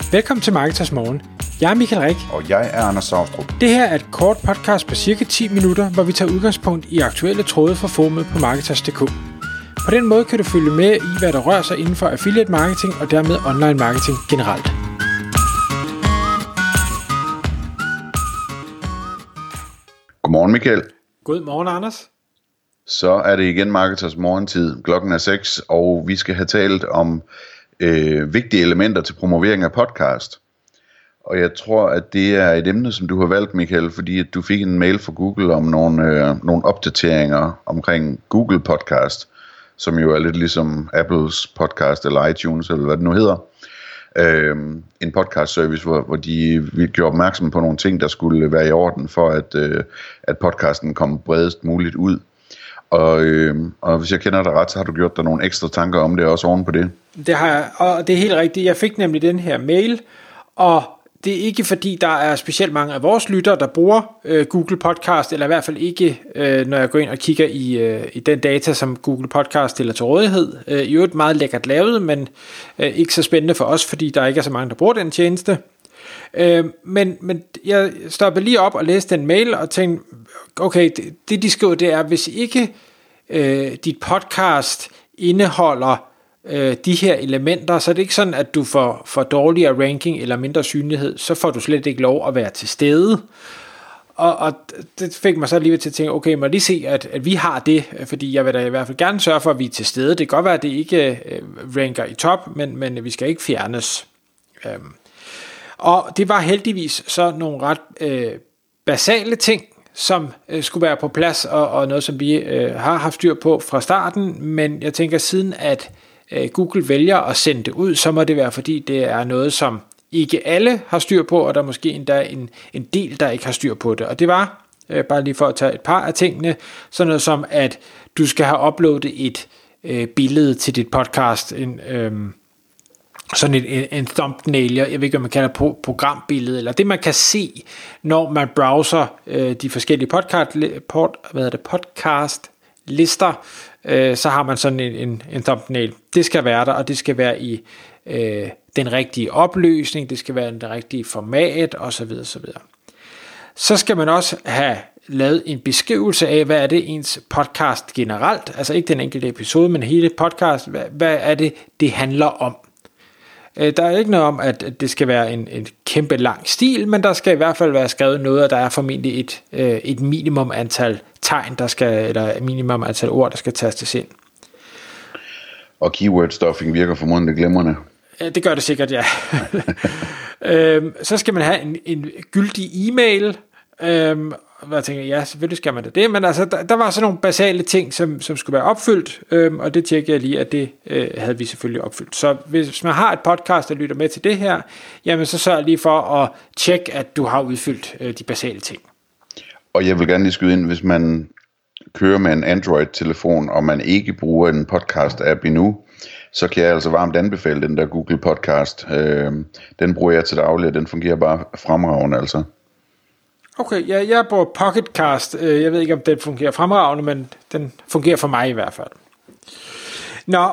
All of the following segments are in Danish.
Velkommen til Marketers Morgen. Jeg er Michael Rik. Og jeg er Anders Saustrup. Det her er et kort podcast på cirka 10 minutter, hvor vi tager udgangspunkt i aktuelle tråde fra forumet på Marketers.dk. På den måde kan du følge med i, hvad der rører sig inden for affiliate marketing og dermed online marketing generelt. Godmorgen Michael. Godmorgen Anders. Så er det igen Marketers morgentid. Klokken er 6, og vi skal have talt om vigtige elementer til promovering af podcast. Og jeg tror, at det er et emne, som du har valgt, Michael, fordi at du fik en mail fra Google om nogle opdateringer omkring Google Podcast, som jo er lidt ligesom Apples podcast eller iTunes, eller hvad det nu hedder. En podcast service, hvor de gjorde opmærksom på nogle ting, der skulle være i orden, for at podcasten kom bredest muligt ud. Og hvis jeg kender dig ret, så har du gjort dig nogle ekstra tanker om det også oven på det. Det har jeg, og det er helt rigtigt. Jeg fik nemlig den her mail, og det er ikke fordi, der er specielt mange af vores lyttere, der bruger Google Podcast, eller i hvert fald ikke, når jeg går ind og kigger i den data, som Google Podcast stiller til rådighed. I øvrigt meget lækkert lavet, men ikke så spændende for os, fordi der ikke er så mange, der bruger den tjeneste. Men jeg stoppede lige op og læste den mail og tænkte, okay, det de skriver, det er, hvis ikke dit podcast indeholder de her elementer, så er det ikke sådan, at du får dårligere ranking eller mindre synlighed, så får du slet ikke lov at være til stede. Og det fik mig så lige til at tænke, okay, må jeg lige se, at vi har det, fordi jeg vil da i hvert fald gerne sørge for, at vi er til stede. Det kan godt være, at det ikke ranker i top, men vi skal ikke fjernes. Og det var heldigvis så nogle ret basale ting, som skulle være på plads, og noget, som vi har haft styr på fra starten, men jeg tænker siden, at Google vælger at sende det ud, så må det være, fordi det er noget, som ikke alle har styr på, og der er måske endda en del, der ikke har styr på det. Og det var, bare lige for at tage et par af tingene, sådan noget som, at du skal have uploadet et billede til dit podcast, sådan en thumbnail, jeg ved ikke, hvad man kalder programbillede, eller det, man kan se, når man browser de forskellige podcast lister, så har man sådan en thumbnail. Det skal være der, og det skal være i den rigtige opløsning, det skal være i den rigtige format, osv. osv. Så skal man også have lavet en beskrivelse af, hvad er det ens podcast generelt, altså ikke den enkelte episode, men hele podcast, hvad er det, det handler om. Der er ikke noget om, at det skal være en kæmpe lang stil, men der skal i hvert fald være skrevet noget, og der er formentlig et minimum antal tegn, eller et minimum antal ord, der skal tastes ind. Og keyword stuffing virker formodentlig glimrende. Det gør det sikkert, ja. Så skal man have en gyldig e-mail. Og jeg tænker, ja, selvfølgelig skal man det. Men altså, der var sådan nogle basale ting, som skulle være opfyldt, og det tjekkede jeg lige, at det havde vi selvfølgelig opfyldt. Så hvis man har et podcast, der lytter med til det her, jamen så sørg lige for at tjekke, at du har udfyldt de basale ting. Og jeg vil gerne lige skyde ind, hvis man kører med en Android-telefon, og man ikke bruger en podcast-app endnu, så kan jeg altså varmt anbefale den der Google Podcast. Den bruger jeg til daglig, og den fungerer bare fremragende altså. Okay, jeg bruger Pocketcast. Jeg ved ikke, om den fungerer fremragende, men den fungerer for mig i hvert fald. Nå,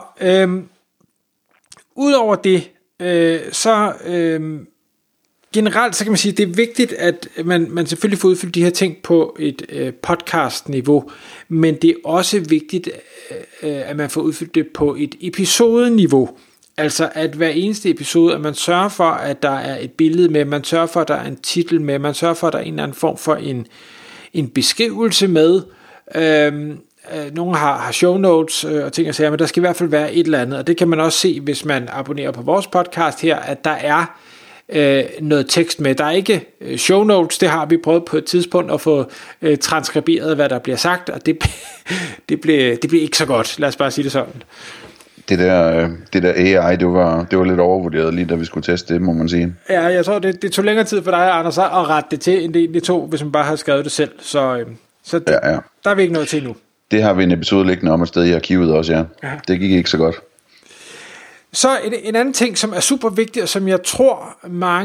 udover det, så generelt så kan man sige, at det er vigtigt, at man selvfølgelig får udfyldt de her ting på et podcast-niveau, men det er også vigtigt, at man får udfyldt det på et episodeniveau. Altså at hver eneste episode, at man sørger for, at der er et billede med, man sørger for, at der er en titel med, man sørger for, at der er en eller anden form for en beskrivelse med. Nogle har show notes og ting og sager, men der skal i hvert fald være et eller andet, og det kan man også se, hvis man abonnerer på vores podcast her, at der er noget tekst med. Der er ikke show notes, det har vi prøvet på et tidspunkt at få transkriberet, hvad der bliver sagt, og det blev ikke så godt, lad os bare sige det sådan. Det der AI, det var lidt overvurderet lige da vi skulle teste det, må man sige. Ja, jeg tror det tog længere tid for dig, Anders, at rette det til, end det egentlig tog, hvis man bare havde skrevet det selv. Så det, ja. Der er vi ikke noget til nu. Det har vi en episode liggende om et sted i arkivet også, ja. Det gik ikke så godt. Så en anden ting, som er super vigtig, og som jeg tror mange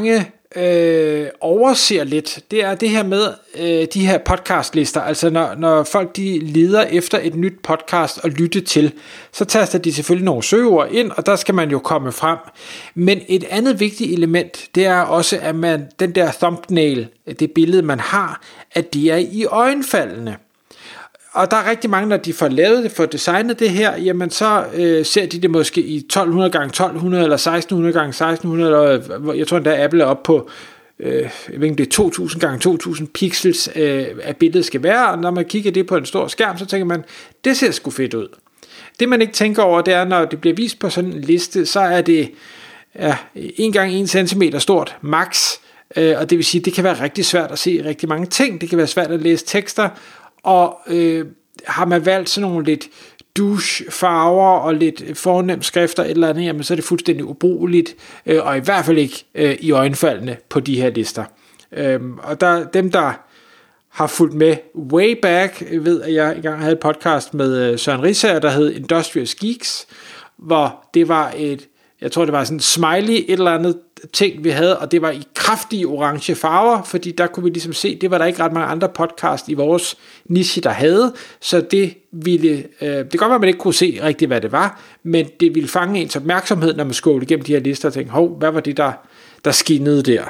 overser lidt, det er det her med de her podcastlister. Altså når folk de leder efter et nyt podcast at lytte til, så taster de selvfølgelig nogle søgeord ind, og der skal man jo komme frem. Men et andet vigtigt element, det er også, at den der thumbnail, det billede man har, at de er i øjenfaldene. Og der er rigtig mange, når de får lavet det, får designet det her, jamen så ser de det måske i 1200 x 1200 eller 1600 x 1600, eller jeg tror endda Apple er oppe på, jeg ved ikke, det er 2000 x 2000 pixels, at billedet skal være, og når man kigger det på en stor skærm, så tænker man, det ser sgu fedt ud. Det man ikke tænker over, det er, når det bliver vist på sådan en liste, så er det 1 x 1 centimeter stort, max, og det vil sige, det kan være rigtig svært at se rigtig mange ting, det kan være svært at læse tekster, og har man valgt sådan nogle lidt douche farver og lidt fornemt skrifter eller andet, jamen så er det fuldstændig ubrugeligt, og i hvert fald ikke i øjenfaldene på de her lister. Og dem, der har fulgt med way back, ved at jeg engang havde et podcast med Søren Risager, der hed Industrious Geeks, hvor det var jeg tror det var sådan en smiley, et eller andet ting vi havde, og det var i kraftige orange farver, fordi der kunne vi ligesom se, det var der ikke ret mange andre podcast i vores niche, der havde, så det ville, det kan godt være, at man ikke kunne se rigtigt, hvad det var, men det ville fange ens opmærksomhed, når man scrollede igennem de her lister og tænkte, hov, hvad var det, der skinnede der?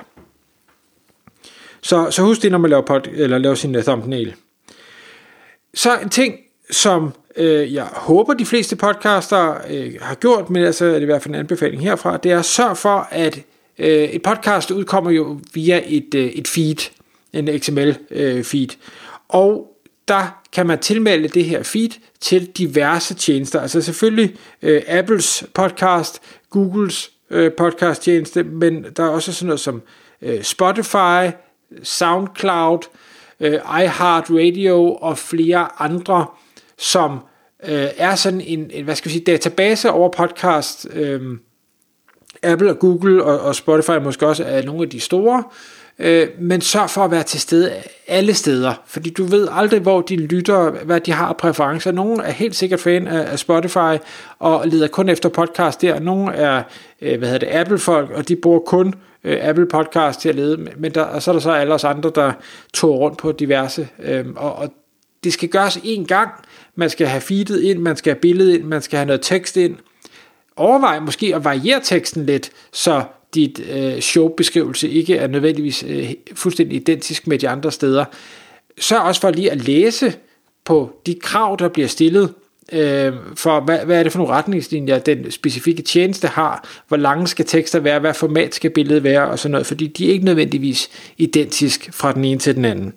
Så husk det, når man laver sin thumbnail. Så en ting, som jeg håber de fleste podcaster har gjort, men altså er det i hvert fald en anbefaling herfra, det er at sørge for, at et podcast udkommer jo via et feed, en XML feed, og der kan man tilmelde det her feed til diverse tjenester, altså selvfølgelig Apples podcast, Googles podcast tjeneste, men der er også sådan noget som Spotify, SoundCloud, iHeartRadio og flere andre, som er sådan en hvad skal vi sige, database over podcast. Apple og Google og Spotify måske også er nogle af de store, men sørg for at være til stede alle steder, fordi du ved aldrig, hvor de lytter, hvad de har af præferencer. Nogle er helt sikkert fan af Spotify og leder kun efter podcast der. Nogle er Apple-folk, og de bruger kun Apple Podcast til at lede, men og så er der så alle os andre, der tog rundt på diverse, og det skal gøres én gang. Man skal have feedet ind, man skal have billedet ind, man skal have noget tekst ind. Overvej måske at variere teksten lidt, så dit showbeskrivelse ikke er nødvendigvis fuldstændig identisk med de andre steder. Sørg også for lige at læse på de krav, der bliver stillet, for hvad er det for nogle retningslinjer, den specifikke tjeneste har, hvor lange skal tekster være, hvad format skal billedet være og sådan noget, fordi de er ikke nødvendigvis identisk fra den ene til den anden.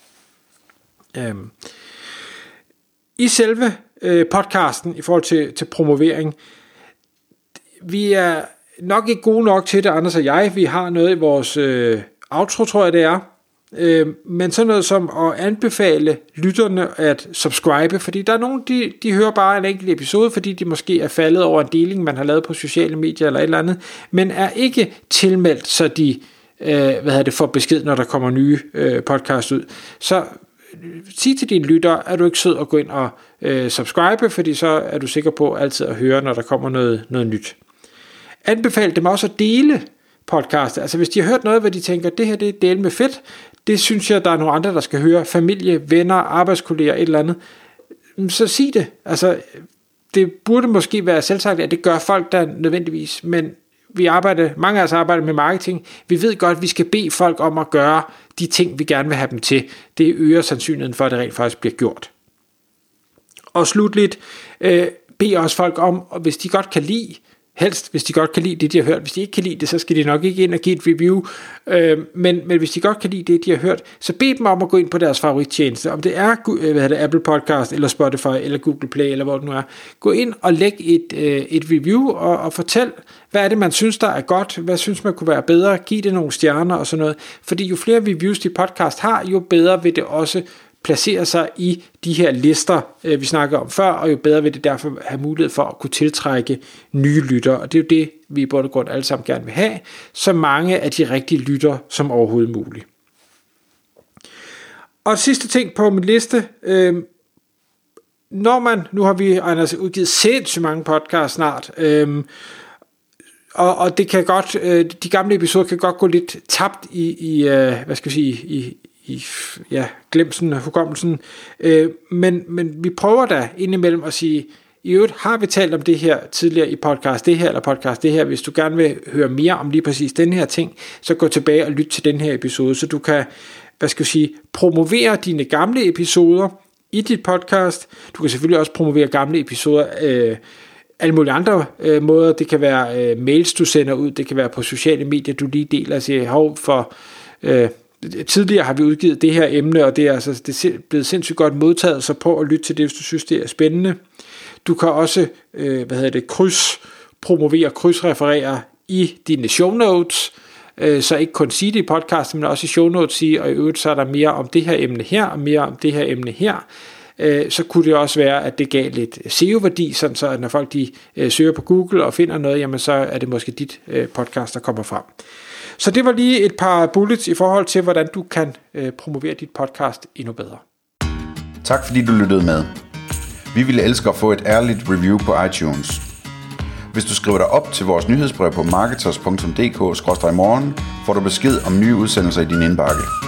I selve podcasten i forhold til promovering, vi er nok ikke gode nok til det, Anders og jeg. Vi har noget i vores outro, tror jeg det er, men sådan noget som at anbefale lytterne at subscribe, fordi der er nogen, de hører bare en enkelt episode, fordi de måske er faldet over en deling, man har lavet på sociale medier eller et eller andet, men er ikke tilmeldt, så de får besked, når der kommer nye podcast ud. Så sig til dine lyttere, er du ikke sød at gå ind og subscribe, fordi så er du sikker på altid at høre, når der kommer noget nyt. Anbefal dem også at dele podcast. Altså hvis de har hørt noget, hvor de tænker, det her det er del med fedt, det synes jeg, der er nogle andre, der skal høre, familie, venner, arbejdskolleger, et eller andet, så sig det. Altså det burde måske være selvsagt, at det gør folk der nødvendigvis, men mange af os arbejder med marketing. Vi ved godt, at vi skal bede folk om at gøre de ting, vi gerne vil have dem til. Det øger sandsynligheden for, at det rent faktisk bliver gjort. Og slutligt, bed også folk om, og hvis de godt kan lide, helst hvis de godt kan lide det, de har hørt. Hvis de ikke kan lide det, så skal de nok ikke ind og give et review. Men hvis de godt kan lide det, de har hørt, så bed dem om at gå ind på deres favorittjeneste. Om det er Apple Podcast, eller Spotify, eller Google Play, eller hvor det nu er. Gå ind og læg et review, og fortæl, hvad er det, man synes, der er godt? Hvad synes man kunne være bedre? Giv det nogle stjerner og sådan noget. Fordi jo flere reviews de podcast har, jo bedre vil det også placere sig i de her lister, vi snakker om før, og jo bedre vil det derfor have mulighed for at kunne tiltrække nye lyttere, og det er jo det, vi i bund og grund alle sammen gerne vil have, så mange af de rigtige lyttere som overhovedet muligt. Og sidste ting på min liste, nu har vi, Anders, udgivet sindssygt mange podcasts snart, og det kan godt, de gamle episoder kan godt gå lidt tabt i glemsen og hukommelsen, men vi prøver da indimellem at sige, i øvrigt har vi talt om det her tidligere i podcast det her, eller podcast det her. Hvis du gerne vil høre mere om lige præcis den her ting, så gå tilbage og lyt til den her episode, så du kan, promovere dine gamle episoder i dit podcast. Du kan selvfølgelig også promovere gamle episoder alle mulige andre måder. Det kan være mails, du sender ud, det kan være på sociale medier, du lige deler og siger, tidligere har vi udgivet det her emne, og det er blevet sindssygt godt modtaget, så prøv at lytte til det, hvis du synes, det er spændende. Du kan også, krydsreferere i dine show notes, så ikke kun sige det i podcasten, men også i show notes sige, og i øvrigt så er der mere om det her emne her, og mere om det her emne her. Så kunne det også være, at det gav lidt SEO-værdi, sådan så at når folk de søger på Google og finder noget, jamen så er det måske dit podcast, der kommer frem. Så det var lige et par bullets i forhold til, hvordan du kan promovere dit podcast endnu bedre. Tak fordi du lyttede med. Vi ville elske at få et ærligt review på iTunes. Hvis du skriver dig op til vores nyhedsbrev på marketers.dk/morgen, får du besked om nye udsendelser i din indbakke.